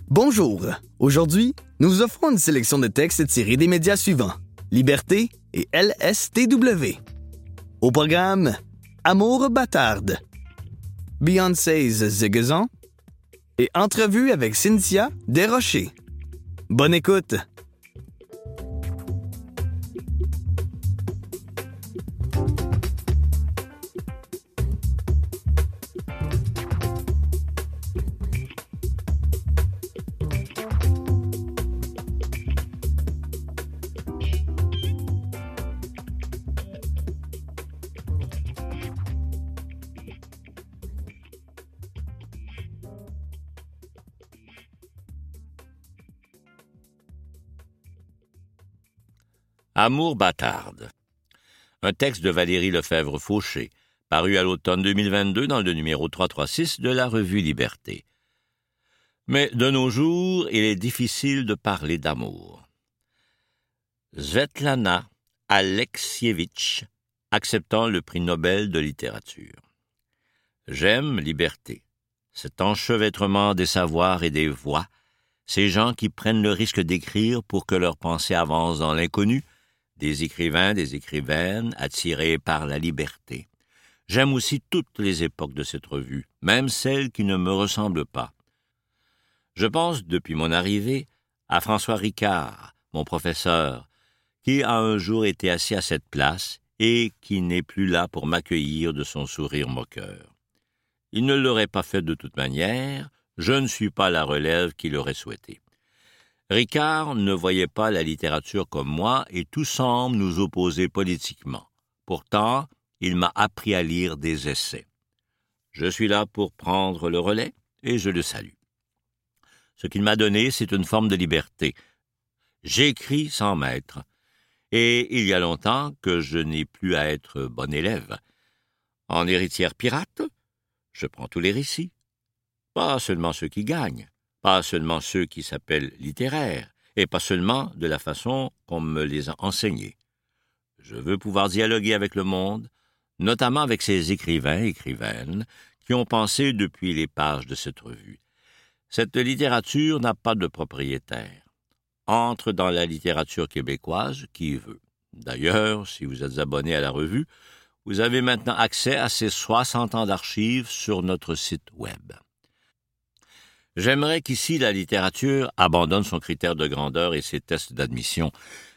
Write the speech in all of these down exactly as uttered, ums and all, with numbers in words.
Bonjour! Aujourd'hui, nous vous offrons une sélection de textes tirés des médias suivants: Liberté et L S T W. Au programme, Amour bâtarde, Beyoncé's Zigazon et entrevue avec Cynthia Desrochers. Bonne écoute! Amour bâtarde. Un texte de Valérie Lefebvre-Fauché, paru à l'automne deux mille vingt-deux dans le numéro trois cent trente-six de la revue Liberté. Mais de nos jours, il est difficile de parler d'amour. Svetlana Alexievitch, acceptant le prix Nobel de littérature. J'aime Liberté, cet enchevêtrement des savoirs et des voix, ces gens qui prennent le risque d'écrire pour que leur pensée avance dans l'inconnu, des écrivains, des écrivaines attirés par la liberté. J'aime aussi toutes les époques de cette revue, même celles qui ne me ressemblent pas. Je pense, depuis mon arrivée, à François Ricard, mon professeur, qui a un jour été assis à cette place et qui n'est plus là pour m'accueillir de son sourire moqueur. Il ne l'aurait pas fait de toute manière, je ne suis pas la relève qu'il aurait souhaité. Ricard ne voyait pas la littérature comme moi et tout semble nous opposer politiquement. Pourtant, il m'a appris à lire des essais. Je suis là pour prendre le relais et je le salue. Ce qu'il m'a donné, c'est une forme de liberté. J'écris sans maître. Et il y a longtemps que je n'ai plus à être bon élève. En héritière pirate, je prends tous les récits. Pas seulement ceux qui gagnent. Pas seulement ceux qui s'appellent littéraires, et pas seulement de la façon qu'on me les a enseignés. Je veux pouvoir dialoguer avec le monde, notamment avec ces écrivains et écrivaines qui ont pensé depuis les pages de cette revue. Cette littérature n'a pas de propriétaire. Entre dans la littérature québécoise qui veut. D'ailleurs, si vous êtes abonné à la revue, vous avez maintenant accès à ces soixante ans d'archives sur notre site web. J'aimerais qu'ici la littérature abandonne son critère de grandeur et ses tests d'admission,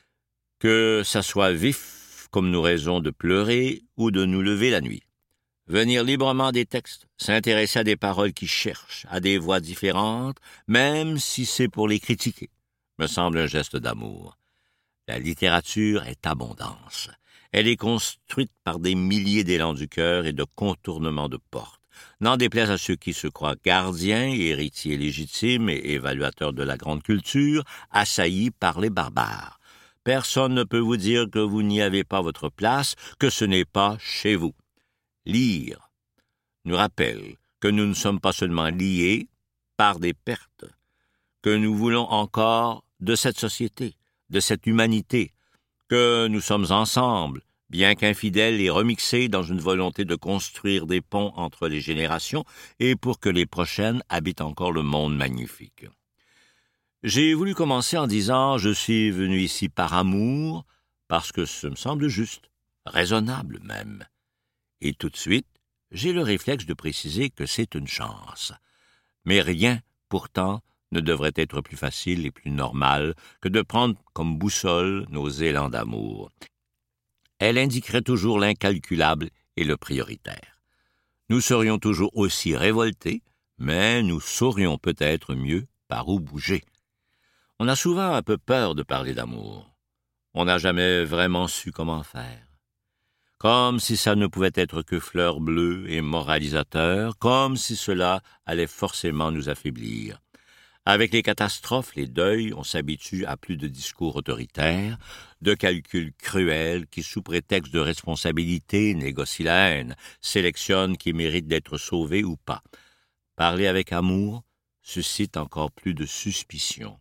que ça soit vif comme nos raisons de pleurer ou de nous lever la nuit. Venir librement des textes, s'intéresser à des paroles qui cherchent, à des voix différentes, même si c'est pour les critiquer, me semble un geste d'amour. La littérature est abondance. Elle est construite par des milliers d'élans du cœur et de contournements de portes. N'en déplaise à ceux qui se croient gardiens, héritiers légitimes et évaluateurs de la grande culture, assaillis par les barbares. Personne ne peut vous dire que vous n'y avez pas votre place, que ce n'est pas chez vous. Lire nous rappelle que nous ne sommes pas seulement liés par des pertes, que nous voulons encore de cette société, de cette humanité, que nous sommes ensemble, bien qu'infidèles et remixés dans une volonté de construire des ponts entre les générations et pour que les prochaines habitent encore le monde magnifique. J'ai voulu commencer en disant « Je suis venu ici par amour » parce que ce me semble juste, raisonnable même. Et tout de suite, j'ai le réflexe de préciser que c'est une chance. Mais rien, pourtant, ne devrait être plus facile et plus normal que de prendre comme boussole nos élans d'amour. Elle indiquerait toujours l'incalculable et le prioritaire. Nous serions toujours aussi révoltés, mais nous saurions peut-être mieux par où bouger. On a souvent un peu peur de parler d'amour. On n'a jamais vraiment su comment faire. Comme si ça ne pouvait être que fleur bleue et moralisateur, comme si cela allait forcément nous affaiblir. Avec les catastrophes, les deuils, on s'habitue à plus de discours autoritaires, de calculs cruels qui, sous prétexte de responsabilité, négocient la haine, sélectionnent qui méritent d'être sauvés ou pas. Parler avec amour suscite encore plus de suspicion.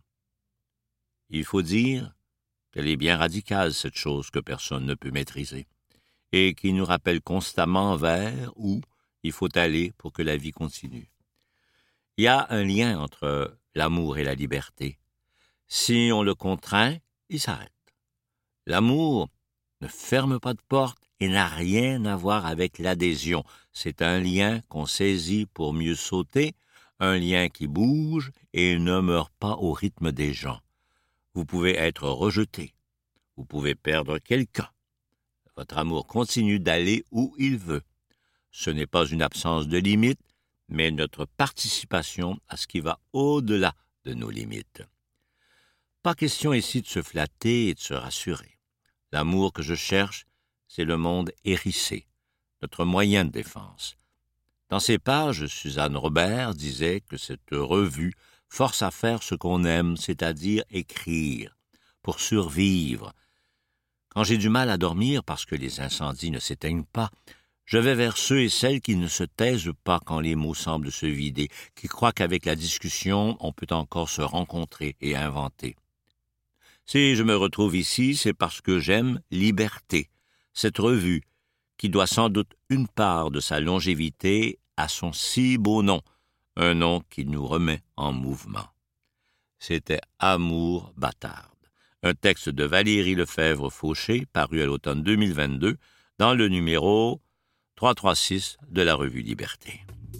Il faut dire qu'elle est bien radicale, cette chose que personne ne peut maîtriser, et qui nous rappelle constamment vers où il faut aller pour que la vie continue. Il y a un lien entre l'amour et la liberté. Si on le contraint, il s'arrête. L'amour ne ferme pas de porte et n'a rien à voir avec l'adhésion. C'est un lien qu'on saisit pour mieux sauter, un lien qui bouge et ne meurt pas au rythme des gens. Vous pouvez être rejeté, vous pouvez perdre quelqu'un. Votre amour continue d'aller où il veut. Ce n'est pas une absence de limite, mais notre participation à ce qui va au-delà de nos limites. Pas question ici de se flatter et de se rassurer. L'amour que je cherche, c'est le monde hérissé, notre moyen de défense. Dans ses pages, Suzanne Robert disait que cette revue force à faire ce qu'on aime, c'est-à-dire écrire, pour survivre. Quand j'ai du mal à dormir parce que les incendies ne s'éteignent pas, je vais vers ceux et celles qui ne se taisent pas quand les mots semblent se vider, qui croient qu'avec la discussion, on peut encore se rencontrer et inventer. Si je me retrouve ici, c'est parce que j'aime Liberté, cette revue, qui doit sans doute une part de sa longévité à son si beau nom, un nom qui nous remet en mouvement. C'était Amour bâtarde, un texte de Valérie Lefebvre-Fauché, paru à l'automne deux mille vingt-deux, dans le numéro trois cent trente-six de la revue Liberté.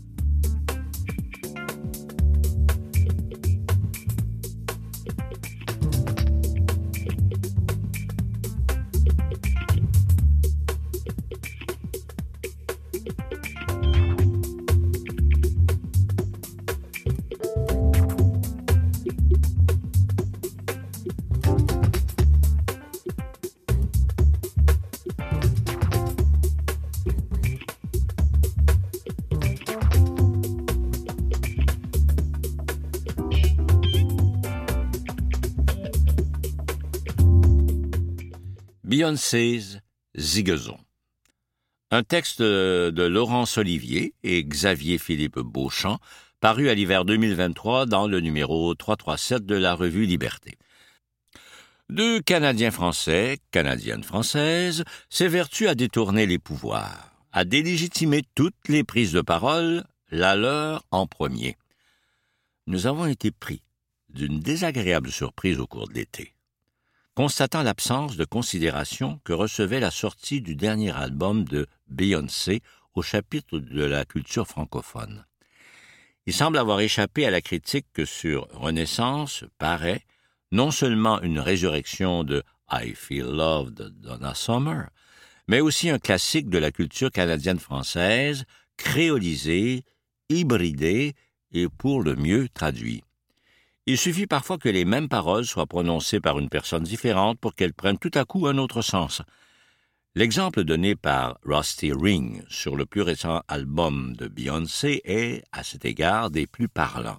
Beyoncé's Zigazon. Un texte de Laurence Olivier et Xavier-Philippe Beauchamp, paru à l'hiver deux mille vingt-trois dans le numéro trois cent trente-sept de la revue Liberté. Deux Canadiens français, Canadiennes françaises, s'évertuent à détourner les pouvoirs, à délégitimer toutes les prises de parole, la leur en premier. Nous avons été pris d'une désagréable surprise au cours de l'été, constatant l'absence de considération que recevait la sortie du dernier album de Beyoncé au chapitre de la culture francophone. Il semble avoir échappé à la critique que sur Renaissance paraît non seulement une résurrection de « I Feel Love » de Donna Summer, mais aussi un classique de la culture canadienne-française, créolisé, hybridé et pour le mieux traduit. Il suffit parfois que les mêmes paroles soient prononcées par une personne différente pour qu'elles prennent tout à coup un autre sens. L'exemple donné par Rusty Ring sur le plus récent album de Beyoncé est, à cet égard, des plus parlants.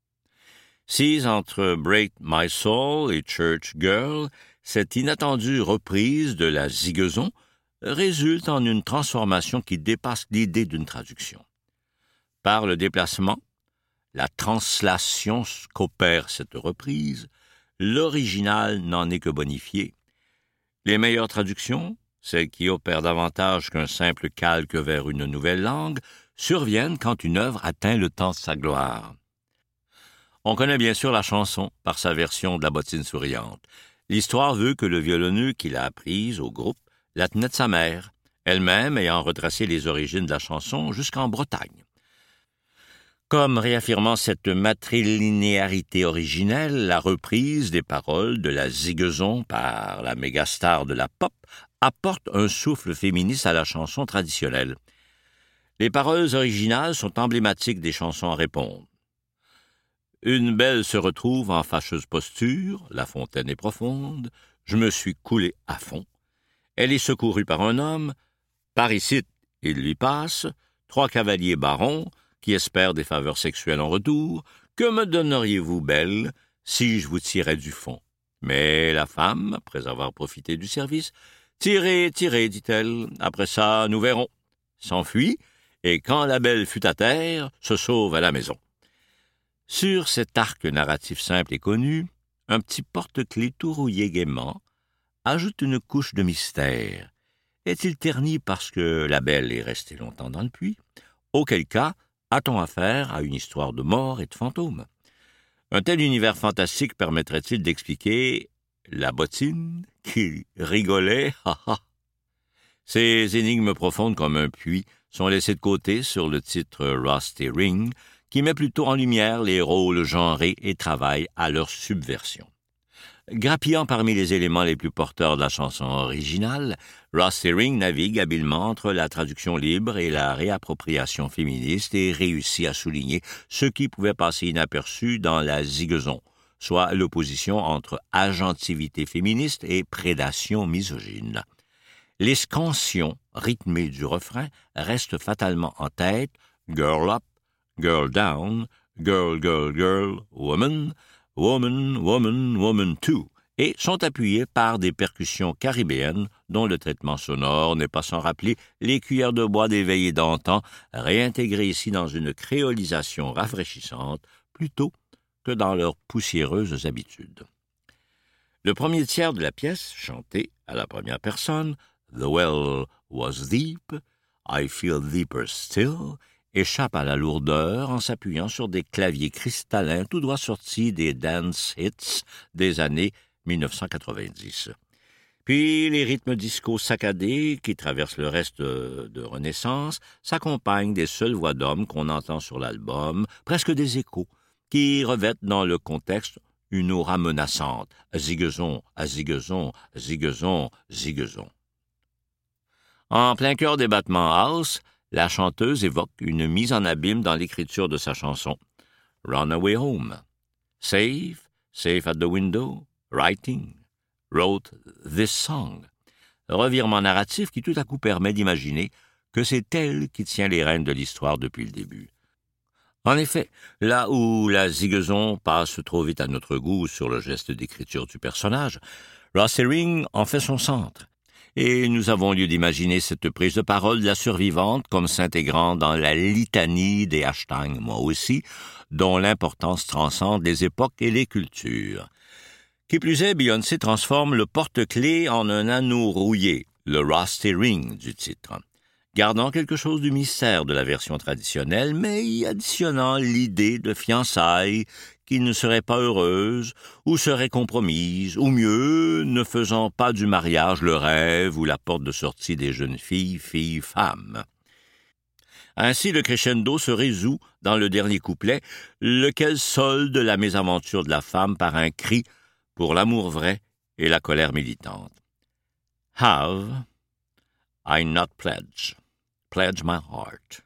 Sise entre Break My Soul et Church Girl, cette inattendue reprise de la zigazon résulte en une transformation qui dépasse l'idée d'une traduction. Par le déplacement, la translation qu'opère cette reprise, l'original n'en est que bonifié. Les meilleures traductions, celles qui opèrent davantage qu'un simple calque vers une nouvelle langue, surviennent quand une œuvre atteint le temps de sa gloire. On connaît bien sûr la chanson par sa version de la bottine souriante. L'histoire veut que le violonneux qui l'a apprise au groupe la tenait de sa mère, elle-même ayant retracé les origines de la chanson jusqu'en Bretagne. Comme réaffirmant cette matrilinéarité originelle, la reprise des paroles de la zigazon par la mégastar de la pop apporte un souffle féministe à la chanson traditionnelle. Les paroles originales sont emblématiques des chansons à répondre. Une belle se retrouve en fâcheuse posture, la fontaine est profonde, je me suis coulé à fond. Elle est secourue par un homme, par ici, il lui passe, trois cavaliers barons, qui espèrent des faveurs sexuelles en retour, que me donneriez-vous, belle, si je vous tirais du fond? Mais la femme, après avoir profité du service, tirez, tirez, dit-elle, après ça, nous verrons, s'enfuit, et quand la belle fut à terre, se sauve à la maison. Sur cet arc narratif simple et connu, un petit porte-clés tout rouillé gaiement ajoute une couche de mystère. Est-il terni parce que la belle est restée longtemps dans le puits? Auquel cas, a-t-on affaire à une histoire de mort et de fantômes? Un tel univers fantastique permettrait-il d'expliquer la bottine qui rigolait, ha ha. Ces énigmes profondes comme un puits sont laissées de côté sur le titre Rusty Ring, qui met plutôt en lumière les rôles genrés et travaille à leur subversion. Grappillant parmi les éléments les plus porteurs de la chanson originale, Rusty Ring navigue habilement entre la traduction libre et la réappropriation féministe et réussit à souligner ce qui pouvait passer inaperçu dans la zigoson, soit l'opposition entre agentivité féministe et prédation misogyne. Les scansions rythmées du refrain restent fatalement en tête, girl up, girl down, girl, girl, girl, woman, woman, woman, woman too, et sont appuyées par des percussions caribéennes dont le traitement sonore n'est pas sans rappeler les cuillères de bois des veillées d'antan, réintégrées ici dans une créolisation rafraîchissante plutôt que dans leurs poussiéreuses habitudes. Le premier tiers de la pièce, chanté à la première personne, « The well was deep, I feel deeper still », échappe à la lourdeur en s'appuyant sur des claviers cristallins tout droit sortis des dance hits des années dix-neuf cent quatre-vingt-dix. Puis les rythmes disco saccadés qui traversent le reste de, de Renaissance s'accompagnent des seules voix d'hommes qu'on entend sur l'album, presque des échos, qui revêtent dans le contexte une aura menaçante. Zigezon, à zigezon, zigezon, zigezon. En plein cœur des battements house, la chanteuse évoque une mise en abîme dans l'écriture de sa chanson. Runaway home. Safe, safe at the window, writing, wrote this song. Revirement narratif qui tout à coup permet d'imaginer que c'est elle qui tient les rênes de l'histoire depuis le début. En effet, là où la zigoson passe trop vite à notre goût sur le geste d'écriture du personnage, Rusty Ring en fait son centre. Et nous avons lieu d'imaginer cette prise de parole de la survivante comme s'intégrant dans la litanie des hashtags « moi aussi », dont l'importance transcende les époques et les cultures. Qui plus est, Beyoncé transforme le porte-clés en un anneau rouillé, le Rusty Ring du titre, gardant quelque chose du mystère de la version traditionnelle, mais y additionnant l'idée de fiançailles qui ne serait pas heureuse, ou serait compromise, ou mieux, ne faisant pas du mariage le rêve ou la porte de sortie des jeunes filles, filles, femmes. Ainsi, le crescendo se résout dans le dernier couplet, lequel solde la mésaventure de la femme par un cri pour l'amour vrai et la colère militante. Have I not pledged, pledge my heart,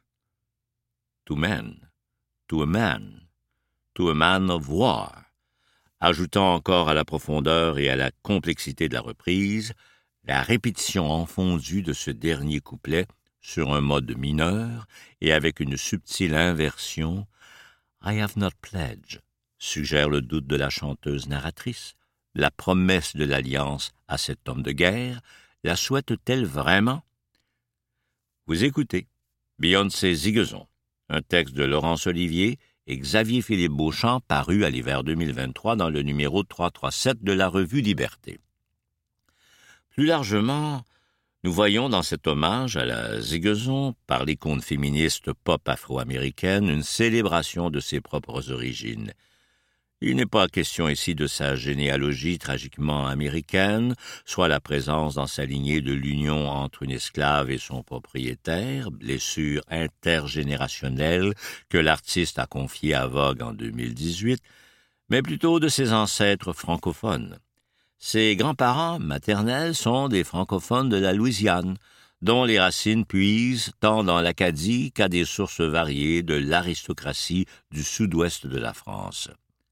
to men, to a man, to a man of war, ajoutant encore à la profondeur et à la complexité de la reprise, la répétition enfondue de ce dernier couplet sur un mode mineur et avec une subtile inversion. « I have not pledged » suggère le doute de la chanteuse narratrice. La promesse de l'alliance à cet homme de guerre la souhaite-t-elle vraiment? Vous écoutez Beyoncé Zigezon, un texte de Laurence Olivier et Xavier-Philippe Beauchamp paru à l'hiver deux mille vingt-trois dans le numéro trois cent trente-sept de la revue Liberté. Plus largement, nous voyons dans cet hommage à la Zigezon, par l'icône féministe pop afro-américaine, une célébration de ses propres origines. Il n'est pas question ici de sa généalogie tragiquement américaine, soit la présence dans sa lignée de l'union entre une esclave et son propriétaire, blessure intergénérationnelle que l'artiste a confiée à Vogue en deux mille dix-huit, mais plutôt de ses ancêtres francophones. Ses grands-parents maternels sont des francophones de la Louisiane, dont les racines puisent tant dans l'Acadie qu'à des sources variées de l'aristocratie du sud-ouest de la France.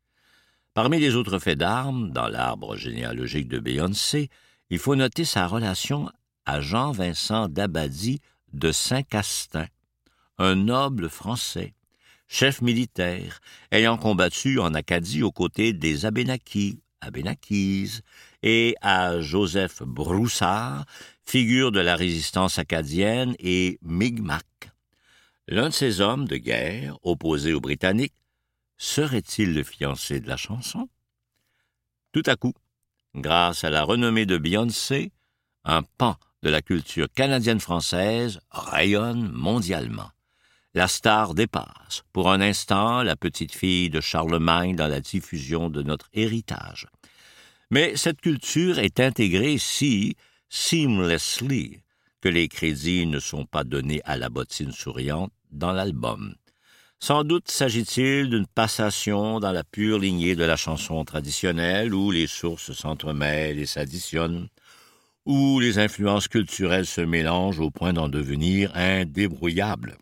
Parmi les autres faits d'armes, dans l'arbre généalogique de Beyoncé, il faut noter sa relation à Jean-Vincent d'Abadie de Saint-Castin, un noble français, chef militaire, ayant combattu en Acadie aux côtés des Abénakis, Abénakises, et à Joseph Broussard, figure de la résistance acadienne et Mi'kmaq. L'un de ces hommes de guerre, opposé aux Britanniques, serait-il le fiancé de la chanson? Tout à coup, grâce à la renommée de Beyoncé, un pan de la culture canadienne-française rayonne mondialement. La star dépasse, pour un instant, la petite fille de Charlemagne dans la diffusion de notre héritage. Mais cette culture est intégrée si seamlessly que les crédits ne sont pas donnés à la bottine souriante dans l'album. Sans doute s'agit-il d'une passation dans la pure lignée de la chanson traditionnelle où les sources s'entremêlent et s'additionnent, où les influences culturelles se mélangent au point d'en devenir indébrouillables.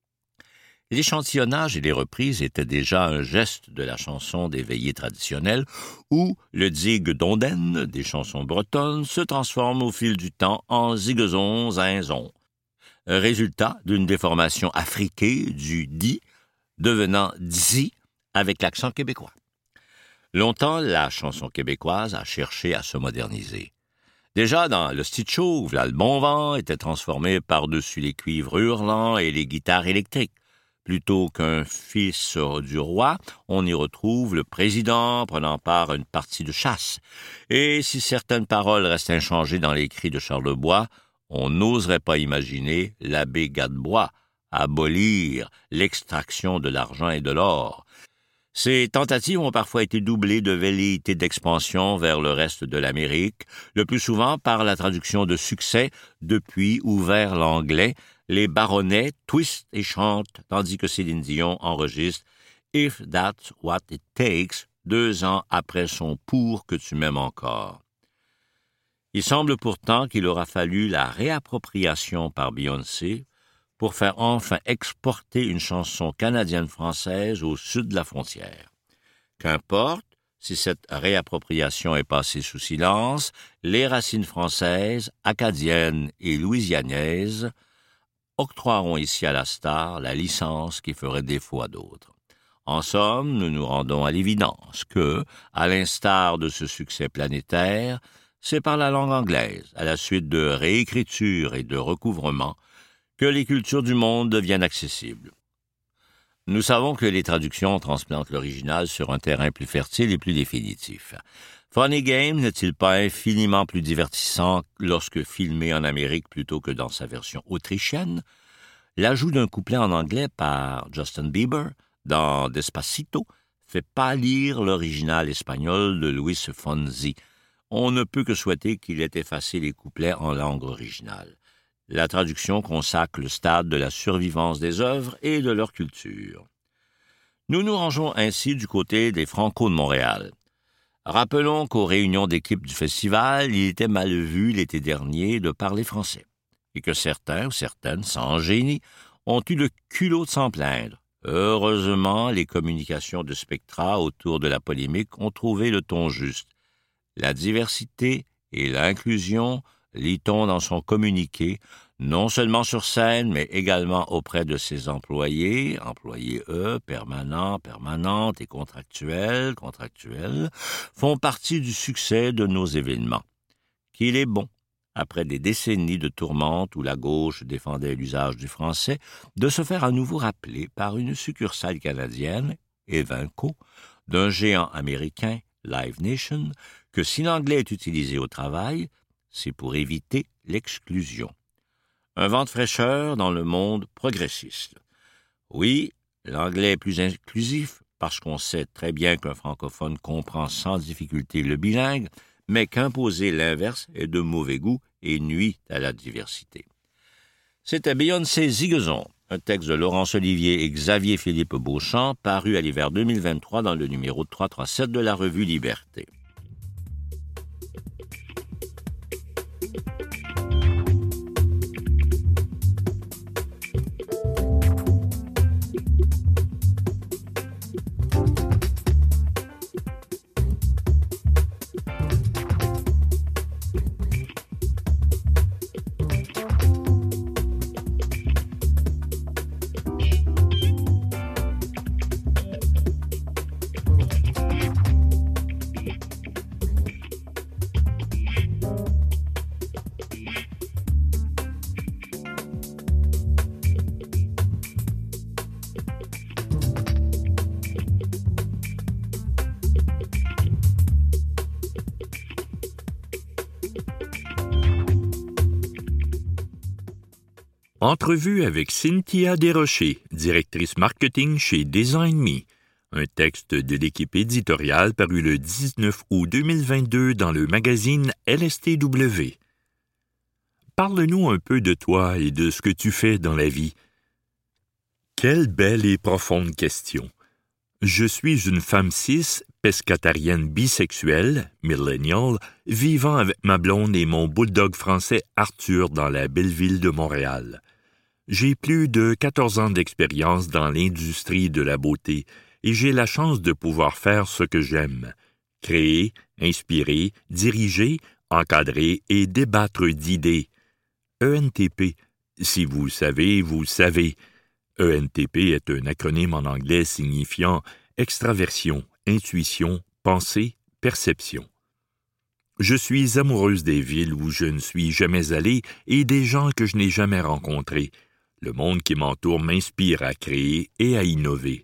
L'échantillonnage et les reprises étaient déjà un geste de la chanson des veillées traditionnelles où le digue d'Onden des chansons bretonnes se transforme au fil du temps en zigazon zinzon, résultat d'une déformation afriquée du di devenant zi avec l'accent québécois. Longtemps, la chanson québécoise a cherché à se moderniser. Déjà dans le Stitcho, où le bon vent était transformé par-dessus les cuivres hurlants et les guitares électriques. Plutôt qu'un fils du roi, on y retrouve le président prenant part à une partie de chasse. Et si certaines paroles restent inchangées dans les cris de Charlebois, on n'oserait pas imaginer l'abbé Gadebois abolir l'extraction de l'argent et de l'or. Ces tentatives ont parfois été doublées de velléités d'expansion vers le reste de l'Amérique, le plus souvent par la traduction de succès depuis ou vers l'anglais. Les baronnets twistent et chantent, tandis que Céline Dion enregistre « If That's What It Takes » deux ans après son « Pour que tu m'aimes encore ». Il semble pourtant qu'il aura fallu la réappropriation par Beyoncé pour faire enfin exporter une chanson canadienne-française au sud de la frontière. Qu'importe si cette réappropriation est passée sous silence, les racines françaises, acadiennes et louisianaises octroieront ici à la star la licence qui ferait défaut à d'autres. En somme, nous nous rendons à l'évidence que, à l'instar de ce succès planétaire, c'est par la langue anglaise, à la suite de réécriture et de recouvrement, que les cultures du monde deviennent accessibles. Nous savons que les traductions transplantent l'original sur un terrain plus fertile et plus définitif. Funny Game n'est-il pas infiniment plus divertissant lorsque filmé en Amérique plutôt que dans sa version autrichienne? L'ajout d'un couplet en anglais par Justin Bieber dans Despacito fait pâlir l'original espagnol de Luis Fonsi. On ne peut que souhaiter qu'il ait effacé les couplets en langue originale. La traduction consacre le stade de la survivance des œuvres et de leur culture. Nous nous rangeons ainsi du côté des Franco de Montréal. Rappelons qu'aux réunions d'équipe du festival, il était mal vu l'été dernier de parler français, et que certains ou certaines, sans génie, ont eu le culot de s'en plaindre. Heureusement, les communications de Spectra autour de la polémique ont trouvé le ton juste. La diversité et l'inclusion, lit-on dans son communiqué, non seulement sur scène, mais également auprès de ses employés, employés eux, permanents, permanentes et contractuels, contractuels, font partie du succès de nos événements. Qu'il est bon, après des décennies de tourmente où la gauche défendait l'usage du français, de se faire à nouveau rappeler par une succursale canadienne, Evenco, d'un géant américain, Live Nation, que si l'anglais est utilisé au travail, c'est pour éviter l'exclusion. Un vent de fraîcheur dans le monde progressiste. Oui, l'anglais est plus inclusif parce qu'on sait très bien qu'un francophone comprend sans difficulté le bilingue, mais qu'imposer l'inverse est de mauvais goût et nuit à la diversité. C'était Beyoncé Zigazon, un texte de Laurence Olivier et Xavier-Philippe Beauchamp, paru à l'hiver deux mille vingt-trois dans le numéro trois cent trente-sept de la revue Liberté. Entrevue avec Cynthia Desrochers, directrice marketing chez Design Me. Un texte de l'équipe éditoriale paru le dix-neuf août deux mille vingt-deux dans le magazine L S T W. Parle-nous un peu de toi et de ce que tu fais dans la vie. Quelle belle et profonde question. Je suis une femme cis, pescatarienne bisexuelle, millennial, vivant avec ma blonde et mon bulldog français Arthur dans la belle ville de Montréal. J'ai plus de quatorze ans d'expérience dans l'industrie de la beauté et j'ai la chance de pouvoir faire ce que j'aime. Créer, inspirer, diriger, encadrer et débattre d'idées. E N T P, si vous savez, vous savez. E N T P est un acronyme en anglais signifiant extraversion, intuition, pensée, perception. Je suis amoureuse des villes où je ne suis jamais allée et des gens que je n'ai jamais rencontrés. Le monde qui m'entoure m'inspire à créer et à innover.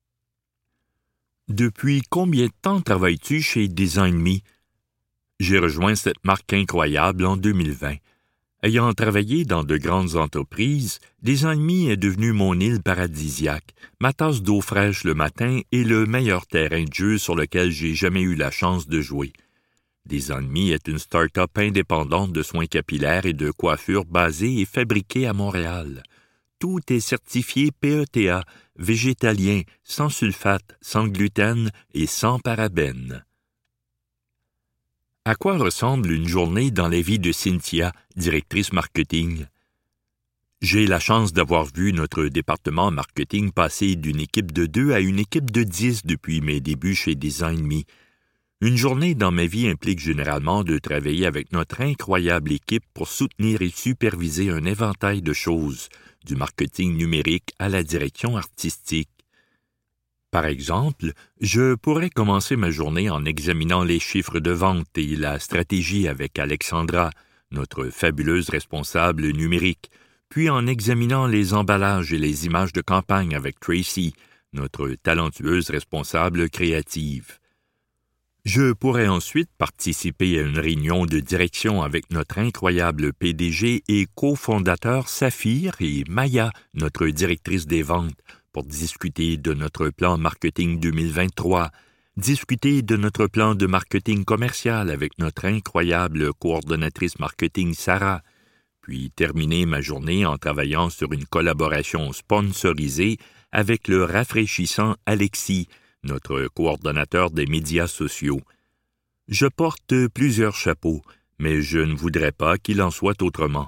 Depuis combien de temps travailles-tu chez Design Me? J'ai rejoint cette marque incroyable en deux mille vingt. Ayant travaillé dans de grandes entreprises, Design Me est devenu mon île paradisiaque, ma tasse d'eau fraîche le matin et le meilleur terrain de jeu sur lequel j'ai jamais eu la chance de jouer. Design Me est une start-up indépendante de soins capillaires et de coiffure basée et fabriquée à Montréal. Tout est certifié P E T A, végétalien, sans sulfate, sans gluten et sans parabènes. À quoi ressemble une journée dans la vie de Cynthia, directrice marketing? J'ai la chance d'avoir vu notre département marketing passer d'une équipe de deux à une équipe de dix depuis mes débuts chez Design Me. Une journée dans ma vie implique généralement de travailler avec notre incroyable équipe pour soutenir et superviser un éventail de choses, du marketing numérique à la direction artistique. Par exemple, je pourrais commencer ma journée en examinant les chiffres de vente et la stratégie avec Alexandra, notre fabuleuse responsable numérique, puis en examinant les emballages et les images de campagne avec Tracy, notre talentueuse responsable créative. Je pourrais ensuite participer à une réunion de direction avec notre incroyable P D G et cofondateur Saphir et Maya, notre directrice des ventes, pour discuter de notre plan marketing deux mille vingt-trois, discuter de notre plan de marketing commercial avec notre incroyable coordonnatrice marketing Sarah, puis terminer ma journée en travaillant sur une collaboration sponsorisée avec le rafraîchissant Alexis, notre coordonnateur des médias sociaux. Je porte plusieurs chapeaux, mais je ne voudrais pas qu'il en soit autrement.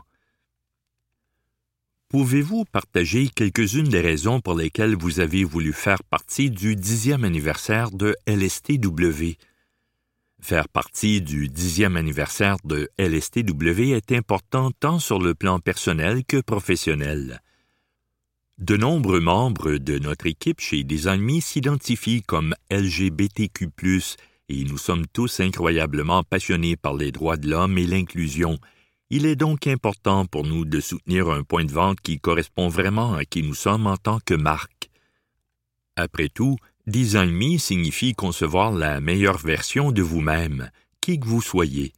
Pouvez-vous partager quelques-unes des raisons pour lesquelles vous avez voulu faire partie du dixième anniversaire de L S T W? Faire partie du dixième anniversaire de L S T W est important tant sur le plan personnel que professionnel. De nombreux membres de notre équipe chez Design Me s'identifient comme L G B T Q plus, et nous sommes tous incroyablement passionnés par les droits de l'homme et l'inclusion. Il est donc important pour nous de soutenir un point de vente qui correspond vraiment à qui nous sommes en tant que marque. Après tout, Design Me signifie concevoir la meilleure version de vous-même, qui que vous soyez.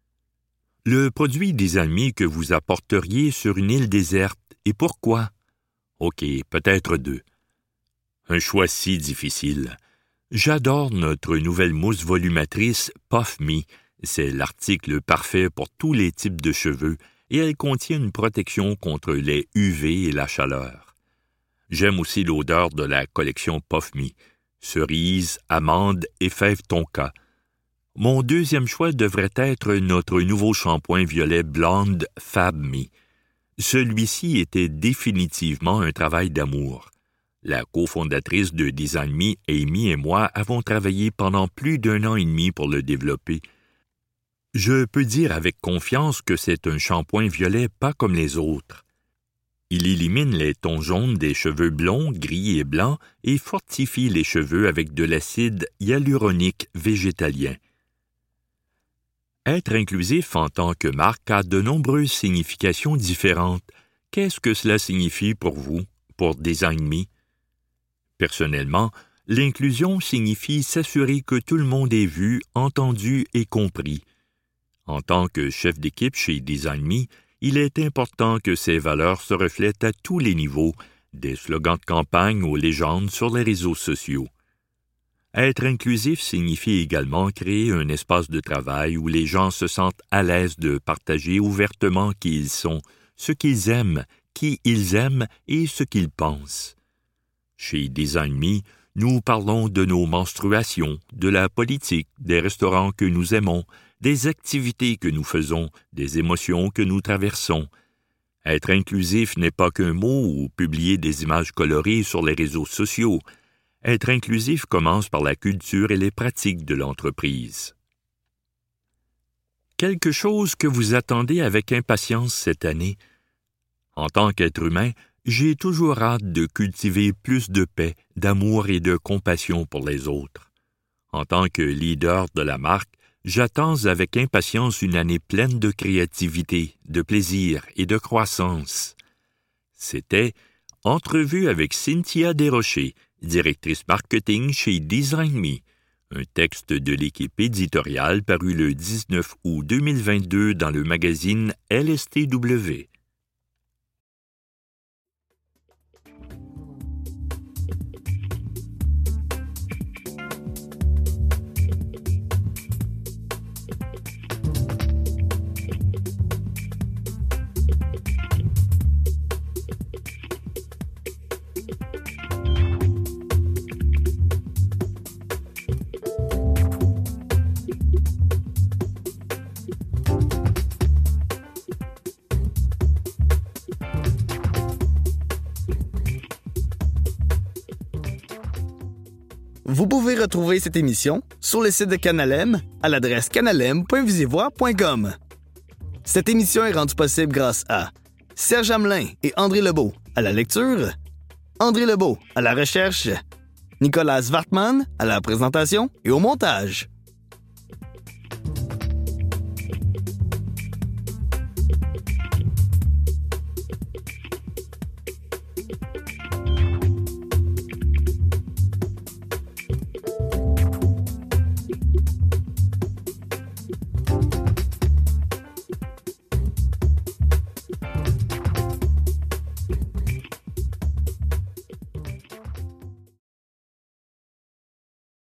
Le produit Design Me que vous apporteriez sur une île déserte, et pourquoi? OK, peut-être deux. Un choix si difficile. J'adore notre nouvelle mousse volumatrice Puff Me. C'est l'article parfait pour tous les types de cheveux et elle contient une protection contre les U V et la chaleur. J'aime aussi l'odeur de la collection Puff Me, cerise, amande et fève tonka. Mon deuxième choix devrait être notre nouveau shampoing violet Blonde Fab Me. Celui-ci était définitivement un travail d'amour. La cofondatrice de Design Me, Amy et moi avons travaillé pendant plus d'un an et demi pour le développer. Je peux dire avec confiance que c'est un shampoing violet pas comme les autres. Il élimine les tons jaunes des cheveux blonds, gris et blancs et fortifie les cheveux avec de l'acide hyaluronique végétalien. Être inclusif en tant que marque a de nombreuses significations différentes. Qu'est-ce que cela signifie pour vous, pour Design Me? Personnellement, l'inclusion signifie s'assurer que tout le monde est vu, entendu et compris. En tant que chef d'équipe chez Design Me, il est important que ces valeurs se reflètent à tous les niveaux, des slogans de campagne aux légendes sur les réseaux sociaux. Être inclusif signifie également créer un espace de travail où les gens se sentent à l'aise de partager ouvertement qui ils sont, ce qu'ils aiment, qui ils aiment et ce qu'ils pensent. Chez Design Me, nous parlons de nos menstruations, de la politique, des restaurants que nous aimons, des activités que nous faisons, des émotions que nous traversons. Être inclusif n'est pas qu'un mot ou publier des images colorées sur les réseaux sociaux. Être inclusif commence par la culture et les pratiques de l'entreprise. Quelque chose que vous attendez avec impatience cette année. En tant qu'être humain, j'ai toujours hâte de cultiver plus de paix, d'amour et de compassion pour les autres. En tant que leader de la marque, j'attends avec impatience une année pleine de créativité, de plaisir et de croissance. C'était Entrevue avec Cynthia Desrochers, directrice marketing chez Design Me, un texte de l'équipe éditoriale paru le dix-neuf août deux mille vingt-deux dans le magazine L S T W. Vous pouvez retrouver cette émission sur le site de Canalem à l'adresse canalem point visivoix point com. Cette émission est rendue possible grâce à Serge Hamelin et André Lebeau à la lecture, André Lebeau à la recherche, Nicolas Wartman à la présentation et au montage.